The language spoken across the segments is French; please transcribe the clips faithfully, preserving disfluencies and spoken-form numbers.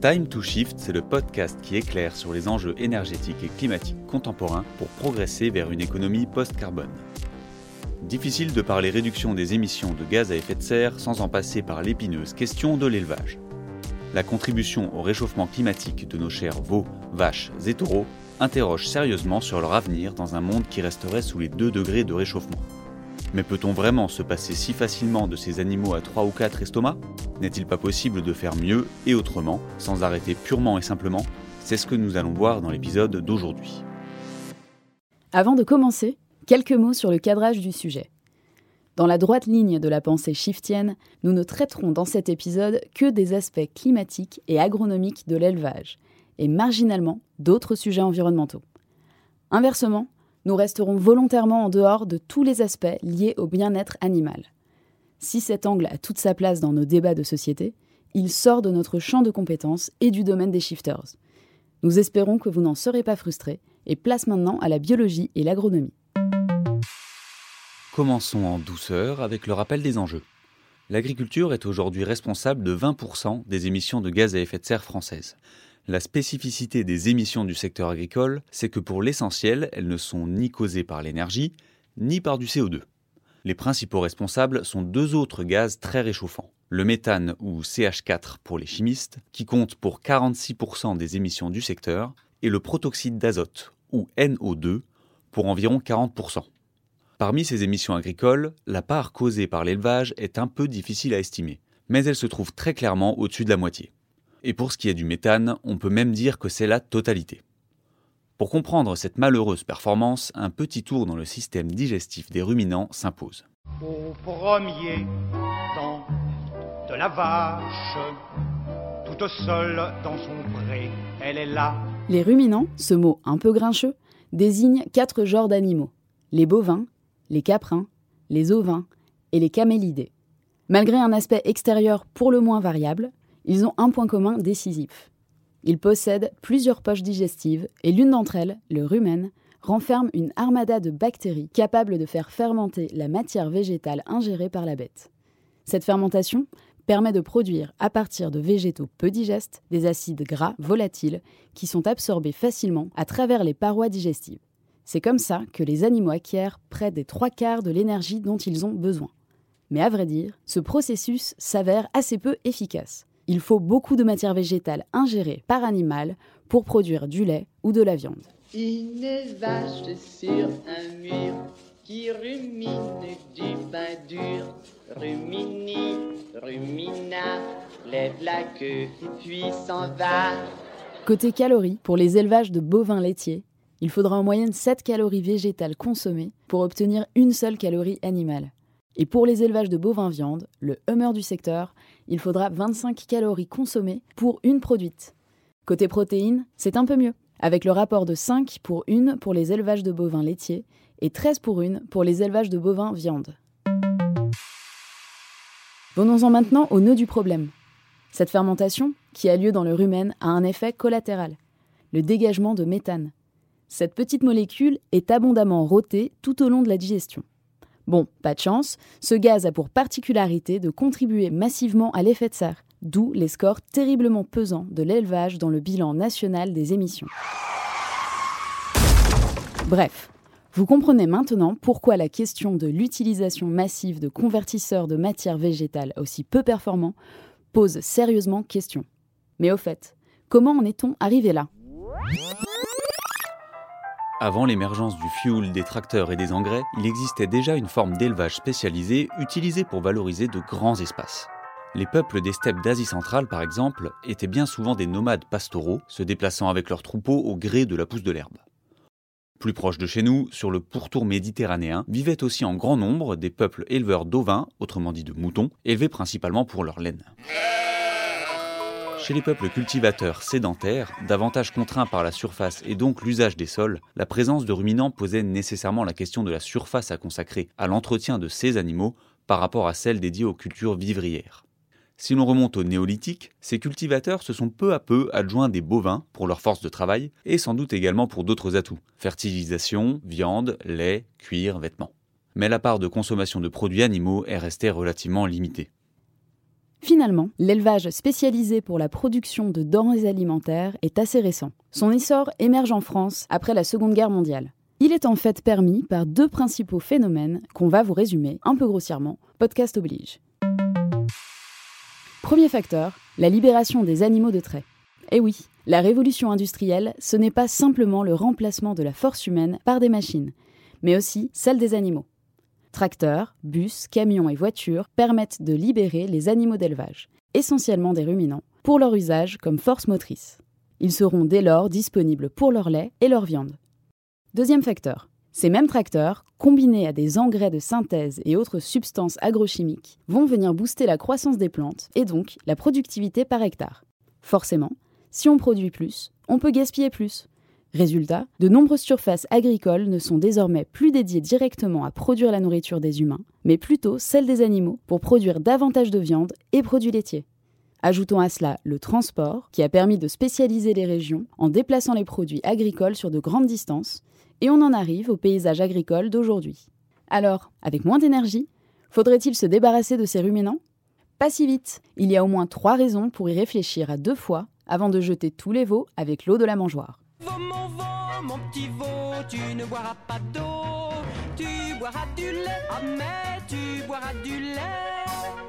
Time to Shift, c'est le podcast qui éclaire sur les enjeux énergétiques et climatiques contemporains pour progresser vers une économie post-carbone. Difficile de parler réduction des émissions de gaz à effet de serre sans en passer par l'épineuse question de l'élevage. La contribution au réchauffement climatique de nos chers veaux, vaches et taureaux interroge sérieusement sur leur avenir dans un monde qui resterait sous les deux degrés de réchauffement. Mais peut-on vraiment se passer si facilement de ces animaux à trois ou quatre estomacs ? N'est-il pas possible de faire mieux et autrement, sans arrêter purement et simplement ? C'est ce que nous allons voir dans l'épisode d'aujourd'hui. Avant de commencer, quelques mots sur le cadrage du sujet. Dans la droite ligne de la pensée shiftienne, nous ne traiterons dans cet épisode que des aspects climatiques et agronomiques de l'élevage, et marginalement d'autres sujets environnementaux. Inversement, nous resterons volontairement en dehors de tous les aspects liés au bien-être animal. Si cet angle a toute sa place dans nos débats de société, il sort de notre champ de compétences et du domaine des shifters. Nous espérons que vous n'en serez pas frustrés et place maintenant à la biologie et l'agronomie. Commençons en douceur avec le rappel des enjeux. L'agriculture est aujourd'hui responsable de vingt pour cent des émissions de gaz à effet de serre françaises. La spécificité des émissions du secteur agricole, c'est que pour l'essentiel, elles ne sont ni causées par l'énergie, ni par du C O deux. Les principaux responsables sont deux autres gaz très réchauffants. Le méthane ou C H quatre pour les chimistes, qui compte pour quarante-six pour cent des émissions du secteur, et le protoxyde d'azote, ou N O deux, pour environ quarante pour cent. Parmi ces émissions agricoles, la part causée par l'élevage est un peu difficile à estimer, mais elle se trouve très clairement au-dessus de la moitié. Et pour ce qui est du méthane, on peut même dire que c'est la totalité. Pour comprendre cette malheureuse performance, un petit tour dans le système digestif des ruminants s'impose. Au premier temps de la vache, toute seule dans son pré, elle est là. Les ruminants, ce mot un peu grincheux, désigne quatre genres d'animaux. Les bovins, les caprins, les ovins et les camélidés. Malgré un aspect extérieur pour le moins variable, ils ont un point commun décisif. Ils possèdent plusieurs poches digestives et l'une d'entre elles, le rumen, renferme une armada de bactéries capables de faire fermenter la matière végétale ingérée par la bête. Cette fermentation permet de produire, à partir de végétaux peu digestes, des acides gras volatiles qui sont absorbés facilement à travers les parois digestives. C'est comme ça que les animaux acquièrent près des trois quarts de l'énergie dont ils ont besoin. Mais à vrai dire, ce processus s'avère assez peu efficace. Il faut beaucoup de matière végétale ingérée par animal pour produire du lait ou de la viande. Une vache sur un mur qui rumine du pain dur. Rumini, rumina, lève la queue puis s'en va. Côté calories, pour les élevages de bovins laitiers, il faudra en moyenne sept calories végétales consommées pour obtenir une seule calorie animale. Et pour les élevages de bovins viande, le humeur du secteur, il faudra vingt-cinq calories consommées pour une produite. Côté protéines, c'est un peu mieux, avec le rapport de cinq pour une pour les élevages de bovins laitiers et treize pour une pour les élevages de bovins viande. Venons-en maintenant au nœud du problème. Cette fermentation, qui a lieu dans le rumen, a un effet collatéral, le dégagement de méthane. Cette petite molécule est abondamment rôtée tout au long de la digestion. Bon, pas de chance, ce gaz a pour particularité de contribuer massivement à l'effet de serre, d'où les scores terriblement pesants de l'élevage dans le bilan national des émissions. Bref, vous comprenez maintenant pourquoi la question de l'utilisation massive de convertisseurs de matière végétale aussi peu performants pose sérieusement question. Mais au fait, comment en est-on arrivé là ? Avant l'émergence du fioul, des tracteurs et des engrais, il existait déjà une forme d'élevage spécialisé utilisée pour valoriser de grands espaces. Les peuples des steppes d'Asie centrale, par exemple, étaient bien souvent des nomades pastoraux, se déplaçant avec leurs troupeaux au gré de la pousse de l'herbe. Plus proche de chez nous, sur le pourtour méditerranéen, vivaient aussi en grand nombre des peuples éleveurs d'ovins, autrement dit de moutons, élevés principalement pour leur laine. Chez les peuples cultivateurs sédentaires, davantage contraints par la surface et donc l'usage des sols, la présence de ruminants posait nécessairement la question de la surface à consacrer à l'entretien de ces animaux par rapport à celle dédiée aux cultures vivrières. Si l'on remonte au néolithique, ces cultivateurs se sont peu à peu adjoints des bovins pour leur force de travail et sans doute également pour d'autres atouts, fertilisation, viande, lait, cuir, vêtements. Mais la part de consommation de produits animaux est restée relativement limitée. Finalement, l'élevage spécialisé pour la production de denrées alimentaires est assez récent. Son essor émerge en France après la Seconde Guerre mondiale. Il est en fait permis par deux principaux phénomènes qu'on va vous résumer un peu grossièrement, podcast oblige. Premier facteur, la libération des animaux de trait. Eh oui, la révolution industrielle, ce n'est pas simplement le remplacement de la force humaine par des machines, mais aussi celle des animaux. Tracteurs, bus, camions et voitures permettent de libérer les animaux d'élevage, essentiellement des ruminants, pour leur usage comme force motrice. Ils seront dès lors disponibles pour leur lait et leur viande. Deuxième facteur, ces mêmes tracteurs, combinés à des engrais de synthèse et autres substances agrochimiques, vont venir booster la croissance des plantes et donc la productivité par hectare. Forcément, si on produit plus, on peut gaspiller plus. Résultat, de nombreuses surfaces agricoles ne sont désormais plus dédiées directement à produire la nourriture des humains, mais plutôt celle des animaux pour produire davantage de viande et produits laitiers. Ajoutons à cela le transport, qui a permis de spécialiser les régions en déplaçant les produits agricoles sur de grandes distances, et on en arrive au paysage agricole d'aujourd'hui. Alors, avec moins d'énergie, faudrait-il se débarrasser de ces ruminants ? Pas si vite. Il y a au moins trois raisons pour y réfléchir à deux fois avant de jeter tous les veaux avec l'eau de la mangeoire. Veau, mon veau, mon petit veau, tu ne boiras pas d'eau, tu boiras du lait, ah mais tu boiras du lait.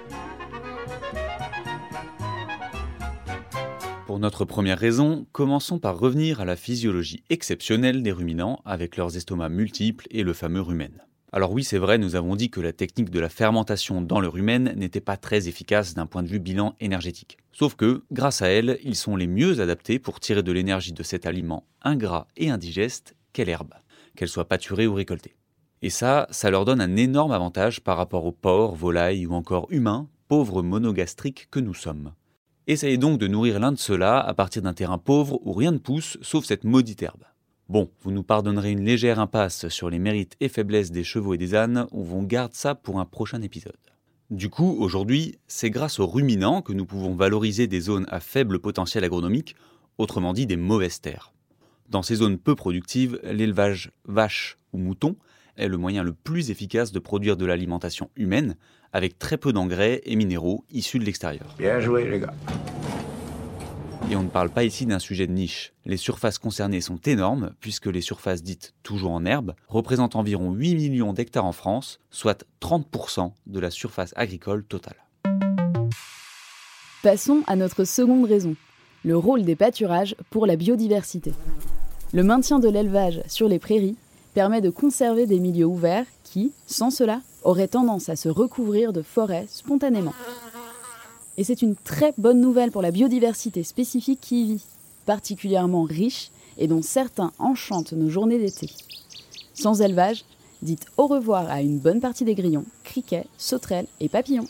Pour notre première raison, commençons par revenir à la physiologie exceptionnelle des ruminants avec leurs estomacs multiples et le fameux rumen. Alors oui, c'est vrai, nous avons dit que la technique de la fermentation dans le rumen n'était pas très efficace d'un point de vue bilan énergétique. Sauf que, grâce à elle, ils sont les mieux adaptés pour tirer de l'énergie de cet aliment ingrat et indigeste qu'est l'herbe, qu'elle soit pâturée ou récoltée. Et ça, ça leur donne un énorme avantage par rapport aux porcs, volailles ou encore humains, pauvres monogastriques que nous sommes. Essayez donc de nourrir l'un de ceux-là à partir d'un terrain pauvre où rien ne pousse sauf cette maudite herbe. Bon, vous nous pardonnerez une légère impasse sur les mérites et faiblesses des chevaux et des ânes, on garde ça pour un prochain épisode. Du coup, aujourd'hui, c'est grâce aux ruminants que nous pouvons valoriser des zones à faible potentiel agronomique, autrement dit des mauvaises terres. Dans ces zones peu productives, l'élevage vache ou mouton est le moyen le plus efficace de produire de l'alimentation humaine, avec très peu d'engrais et minéraux issus de l'extérieur. Bien joué les gars. Et on ne parle pas ici d'un sujet de niche. Les surfaces concernées sont énormes, puisque les surfaces dites toujours en herbe représentent environ huit millions d'hectares en France, soit trente pour cent de la surface agricole totale. Passons à notre seconde raison, le rôle des pâturages pour la biodiversité. Le maintien de l'élevage sur les prairies permet de conserver des milieux ouverts qui, sans cela, auraient tendance à se recouvrir de forêts spontanément. Et c'est une très bonne nouvelle pour la biodiversité spécifique qui y vit, particulièrement riche et dont certains enchantent nos journées d'été. Sans élevage, dites au revoir à une bonne partie des grillons, criquets, sauterelles et papillons.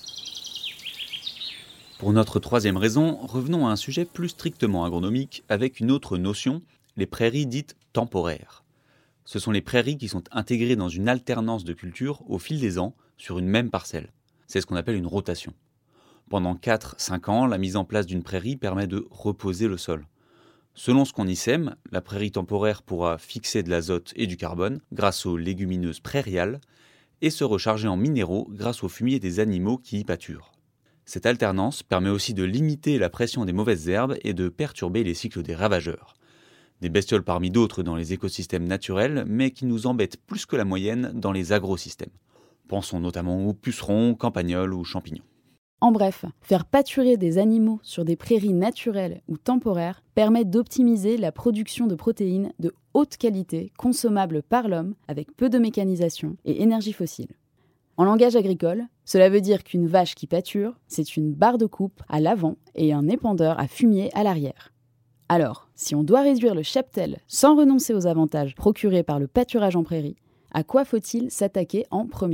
Pour notre troisième raison, revenons à un sujet plus strictement agronomique avec une autre notion, les prairies dites temporaires. Ce sont les prairies qui sont intégrées dans une alternance de cultures au fil des ans sur une même parcelle. C'est ce qu'on appelle une rotation. Pendant quatre à cinq ans, la mise en place d'une prairie permet de reposer le sol. Selon ce qu'on y sème, la prairie temporaire pourra fixer de l'azote et du carbone grâce aux légumineuses prairiales et se recharger en minéraux grâce au fumier des animaux qui y pâturent. Cette alternance permet aussi de limiter la pression des mauvaises herbes et de perturber les cycles des ravageurs. Des bestioles parmi d'autres dans les écosystèmes naturels, mais qui nous embêtent plus que la moyenne dans les agrosystèmes. Pensons notamment aux pucerons, campagnols ou champignons. En bref, faire pâturer des animaux sur des prairies naturelles ou temporaires permet d'optimiser la production de protéines de haute qualité consommables par l'homme avec peu de mécanisation et énergie fossile. En langage agricole, cela veut dire qu'une vache qui pâture, c'est une barre de coupe à l'avant et un épandeur à fumier à l'arrière. Alors, si on doit réduire le cheptel sans renoncer aux avantages procurés par le pâturage en prairie, à quoi faut-il s'attaquer en premier ?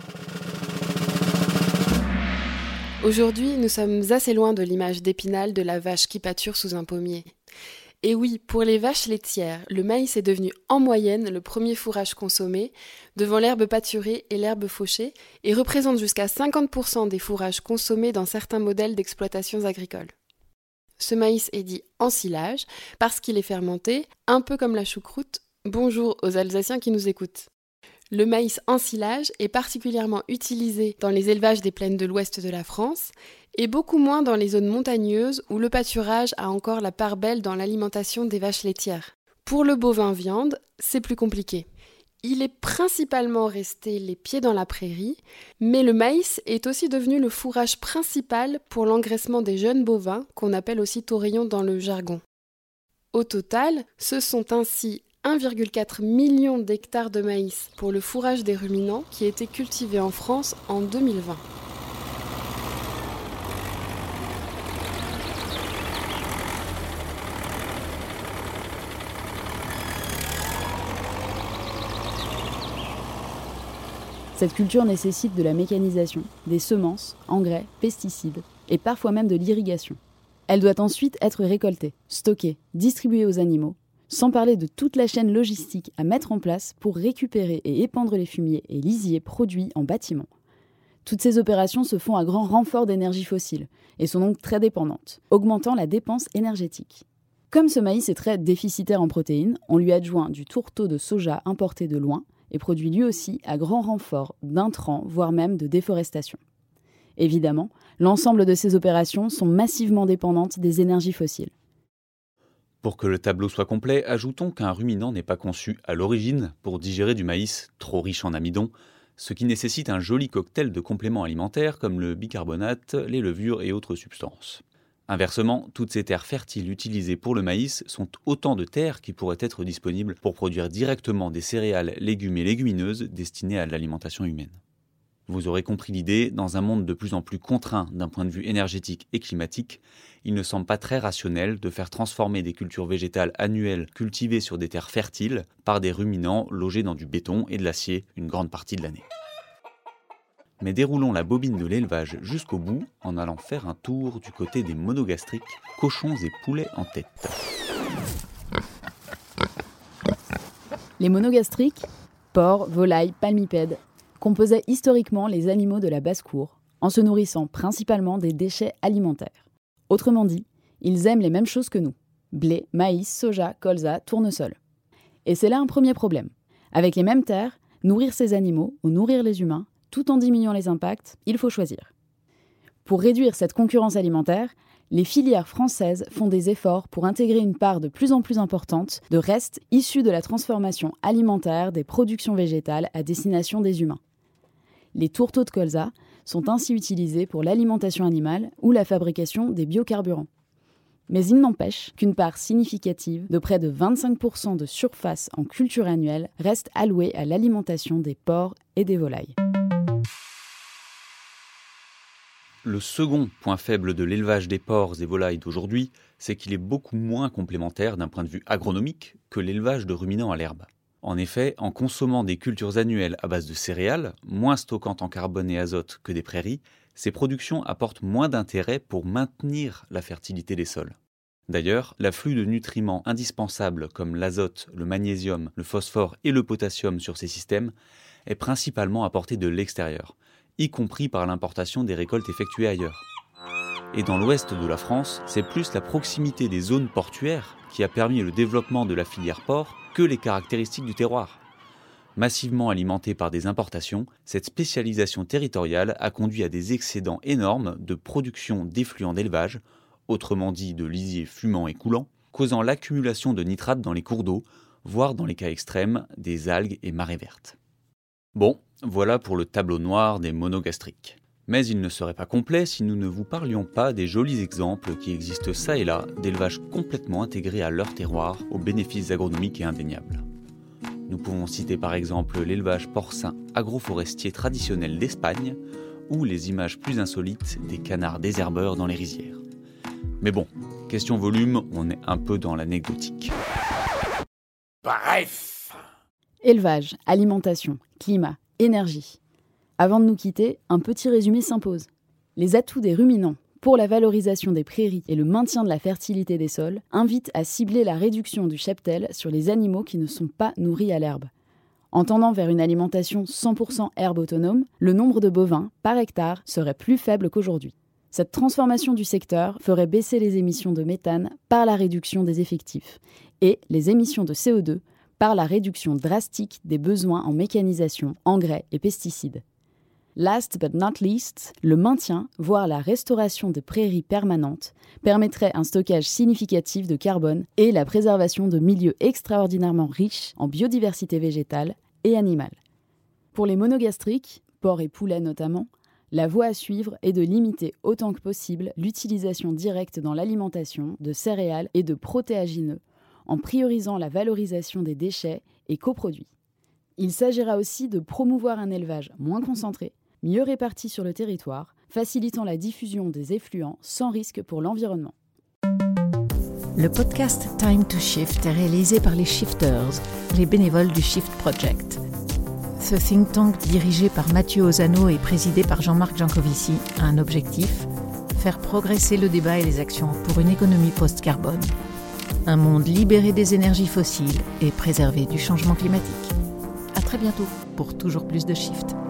Aujourd'hui, nous sommes assez loin de l'image d'Épinal de la vache qui pâture sous un pommier. Et oui, pour les vaches laitières, le maïs est devenu en moyenne le premier fourrage consommé, devant l'herbe pâturée et l'herbe fauchée, et représente jusqu'à cinquante pour cent des fourrages consommés dans certains modèles d'exploitations agricoles. Ce maïs est dit ensilage parce qu'il est fermenté, un peu comme la choucroute. Bonjour aux Alsaciens qui nous écoutent. Le maïs ensilage est particulièrement utilisé dans les élevages des plaines de l'ouest de la France et beaucoup moins dans les zones montagneuses où le pâturage a encore la part belle dans l'alimentation des vaches laitières. Pour le bovin viande, c'est plus compliqué. Il est principalement resté les pieds dans la prairie, mais le maïs est aussi devenu le fourrage principal pour l'engraissement des jeunes bovins, qu'on appelle aussi taurillons dans le jargon. Au total, ce sont ainsi un virgule quatre million d'hectares de maïs pour le fourrage des ruminants qui a été cultivé en France en deux mille vingt. Cette culture nécessite de la mécanisation, des semences, engrais, pesticides et parfois même de l'irrigation. Elle doit ensuite être récoltée, stockée, distribuée aux animaux, sans parler de toute la chaîne logistique à mettre en place pour récupérer et épandre les fumiers et lisiers produits en bâtiment. Toutes ces opérations se font à grand renfort d'énergie fossile et sont donc très dépendantes, augmentant la dépense énergétique. Comme ce maïs est très déficitaire en protéines, on lui adjoint du tourteau de soja importé de loin et produit lui aussi à grand renfort d'intrants, voire même de déforestation. Évidemment, l'ensemble de ces opérations sont massivement dépendantes des énergies fossiles. Pour que le tableau soit complet, ajoutons qu'un ruminant n'est pas conçu à l'origine pour digérer du maïs trop riche en amidon, ce qui nécessite un joli cocktail de compléments alimentaires comme le bicarbonate, les levures et autres substances. Inversement, toutes ces terres fertiles utilisées pour le maïs sont autant de terres qui pourraient être disponibles pour produire directement des céréales, légumes et légumineuses destinées à l'alimentation humaine. Vous aurez compris l'idée, dans un monde de plus en plus contraint d'un point de vue énergétique et climatique, il ne semble pas très rationnel de faire transformer des cultures végétales annuelles cultivées sur des terres fertiles par des ruminants logés dans du béton et de l'acier une grande partie de l'année. Mais déroulons la bobine de l'élevage jusqu'au bout en allant faire un tour du côté des monogastriques, cochons et poulets en tête. Les monogastriques, porcs, volailles, palmipèdes, composaient historiquement les animaux de la basse-cour, en se nourrissant principalement des déchets alimentaires. Autrement dit, ils aiment les mêmes choses que nous, blé, maïs, soja, colza, tournesol. Et c'est là un premier problème. Avec les mêmes terres, nourrir ces animaux ou nourrir les humains, tout en diminuant les impacts, il faut choisir. Pour réduire cette concurrence alimentaire, les filières françaises font des efforts pour intégrer une part de plus en plus importante de restes issus de la transformation alimentaire des productions végétales à destination des humains. Les tourteaux de colza sont ainsi utilisés pour l'alimentation animale ou la fabrication des biocarburants. Mais il n'empêche qu'une part significative de près de vingt-cinq pour cent de surface en culture annuelle reste allouée à l'alimentation des porcs et des volailles. Le second point faible de l'élevage des porcs et volailles d'aujourd'hui, c'est qu'il est beaucoup moins complémentaire d'un point de vue agronomique que l'élevage de ruminants à l'herbe. En effet, en consommant des cultures annuelles à base de céréales, moins stockantes en carbone et azote que des prairies, ces productions apportent moins d'intérêt pour maintenir la fertilité des sols. D'ailleurs, l'afflux de nutriments indispensables comme l'azote, le magnésium, le phosphore et le potassium sur ces systèmes est principalement apporté de l'extérieur, y compris par l'importation des récoltes effectuées ailleurs. Et dans l'ouest de la France, c'est plus la proximité des zones portuaires qui a permis le développement de la filière porc que les caractéristiques du terroir. Massivement alimentée par des importations, cette spécialisation territoriale a conduit à des excédents énormes de production d'effluents d'élevage, autrement dit de lisiers fumants et coulants, causant l'accumulation de nitrates dans les cours d'eau, voire dans les cas extrêmes, des algues et marées vertes. Bon, voilà pour le tableau noir des monogastriques. Mais il ne serait pas complet si nous ne vous parlions pas des jolis exemples qui existent ça et là d'élevages complètement intégrés à leur terroir aux bénéfices agronomiques et indéniables. Nous pouvons citer par exemple l'élevage porcin agroforestier traditionnel d'Espagne ou les images plus insolites des canards désherbeurs dans les rizières. Mais bon, question volume, on est un peu dans l'anecdotique. Bref. Élevage, alimentation, climat, énergie. Avant de nous quitter, un petit résumé s'impose. Les atouts des ruminants pour la valorisation des prairies et le maintien de la fertilité des sols invitent à cibler la réduction du cheptel sur les animaux qui ne sont pas nourris à l'herbe. En tendant vers une alimentation cent pour cent herbe autonome, le nombre de bovins par hectare serait plus faible qu'aujourd'hui. Cette transformation du secteur ferait baisser les émissions de méthane par la réduction des effectifs et les émissions de C O deux par la réduction drastique des besoins en mécanisation, engrais et pesticides. Last but not least, le maintien, voire la restauration de prairies permanentes, permettrait un stockage significatif de carbone et la préservation de milieux extraordinairement riches en biodiversité végétale et animale. Pour les monogastriques, porcs et poulets notamment, la voie à suivre est de limiter autant que possible l'utilisation directe dans l'alimentation de céréales et de protéagineux, en priorisant la valorisation des déchets et coproduits. Il s'agira aussi de promouvoir un élevage moins concentré, mieux réparti sur le territoire, facilitant la diffusion des effluents sans risque pour l'environnement. Le podcast Time to Shift est réalisé par les Shifters, les bénévoles du Shift Project. Ce think tank dirigé par Mathieu Ozano et présidé par Jean-Marc Jancovici a un objectif, faire progresser le débat et les actions pour une économie post-carbone. Un monde libéré des énergies fossiles et préservé du changement climatique. À très bientôt pour toujours plus de Shift.